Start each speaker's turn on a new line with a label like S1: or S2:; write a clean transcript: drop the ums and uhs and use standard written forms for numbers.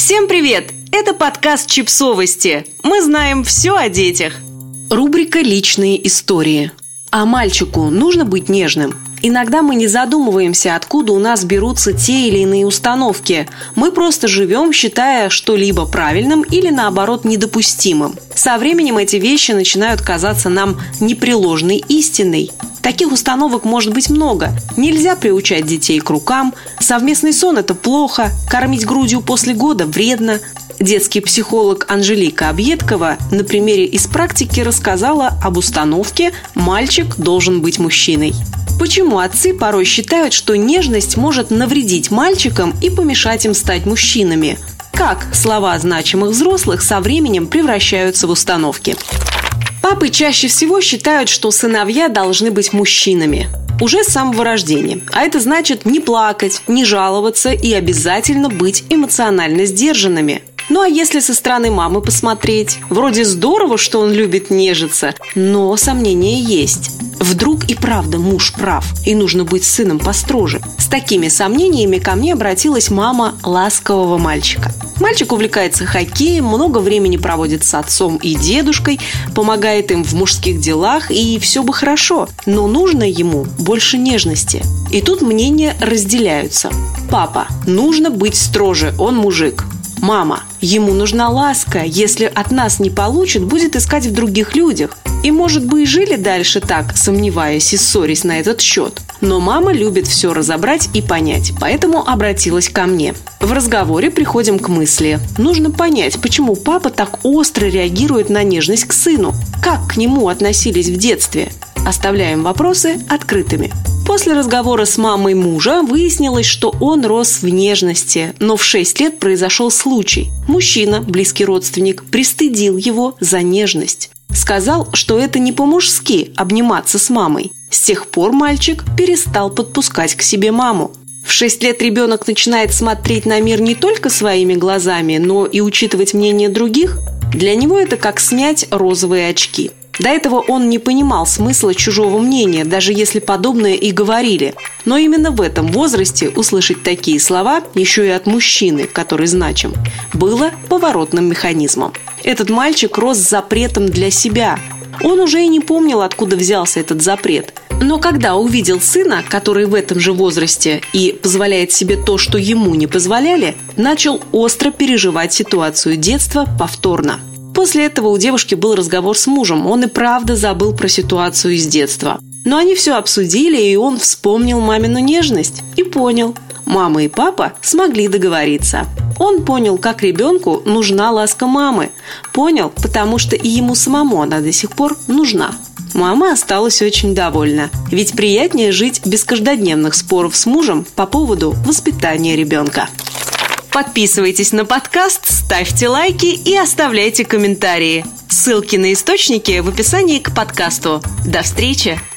S1: Всем привет! Это подкаст «Чипсовости». Мы знаем все о детях. Рубрика «Личные истории». А мальчику нужно быть нежным? Иногда мы не задумываемся, откуда у нас берутся те или иные установки. Мы просто живем, считая что-либо правильным или, наоборот, недопустимым. Со временем эти вещи начинают казаться нам непреложной истиной. Таких установок может быть много. Нельзя приучать детей к рукам, совместный сон – это плохо, кормить грудью после года вредно. Детский психолог Анжелика Объедкова на примере из практики рассказала об установке «мальчик должен быть мужчиной». Почему отцы порой считают, что нежность может навредить мальчикам и помешать им стать мужчинами? Как слова значимых взрослых со временем превращаются в установки? Папы чаще всего считают, что сыновья должны быть мужчинами уже с самого рождения. А это значит не плакать, не жаловаться и обязательно быть эмоционально сдержанными. Ну а если со стороны мамы посмотреть? Вроде здорово, что он любит нежиться, но сомнения есть. Вдруг и правда муж прав, и нужно быть с сыном построже. С такими сомнениями ко мне обратилась мама ласкового мальчика. Мальчик увлекается хоккеем, много времени проводит с отцом и дедушкой, помогает им в мужских делах, и все бы хорошо, но нужно ему больше нежности. И тут мнения разделяются. Папа, нужно быть строже, он мужик. Мама, ему нужна ласка, если от нас не получит, будет искать в других людях. И, может быть, и жили дальше так, сомневаясь и ссорясь на этот счет. Но мама любит все разобрать и понять, поэтому обратилась ко мне. В разговоре приходим к мысли. Нужно понять, почему папа так остро реагирует на нежность к сыну. Как к нему относились в детстве? Оставляем вопросы открытыми. После разговора с мамой мужа выяснилось, что он рос в нежности, но в 6 лет произошел случай. Мужчина, близкий родственник, пристыдил его за нежность. Сказал, что это не по-мужски обниматься с мамой. С тех пор мальчик перестал подпускать к себе маму. В 6 лет ребенок начинает смотреть на мир не только своими глазами, но и учитывать мнение других. Для него это как снять розовые очки. До этого он не понимал смысла чужого мнения, даже если подобное и говорили. Но именно в этом возрасте услышать такие слова, еще и от мужчины, который значим, было поворотным механизмом. Этот мальчик рос с запретом для себя. Он уже и не помнил, откуда взялся этот запрет. Но когда увидел сына, который в этом же возрасте и позволяет себе то, что ему не позволяли, начал остро переживать ситуацию детства повторно. После этого у девушки был разговор с мужем. Он и правда забыл про ситуацию из детства. Но они все обсудили, и он вспомнил мамину нежность и понял. Мама и папа смогли договориться. Он понял, как ребенку нужна ласка мамы. Понял, потому что и ему самому она до сих пор нужна. Мама осталась очень довольна. Ведь приятнее жить без каждодневных споров с мужем по поводу воспитания ребенка. Подписывайтесь на подкаст, ставьте лайки и оставляйте комментарии. Ссылки на источники в описании к подкасту. До встречи!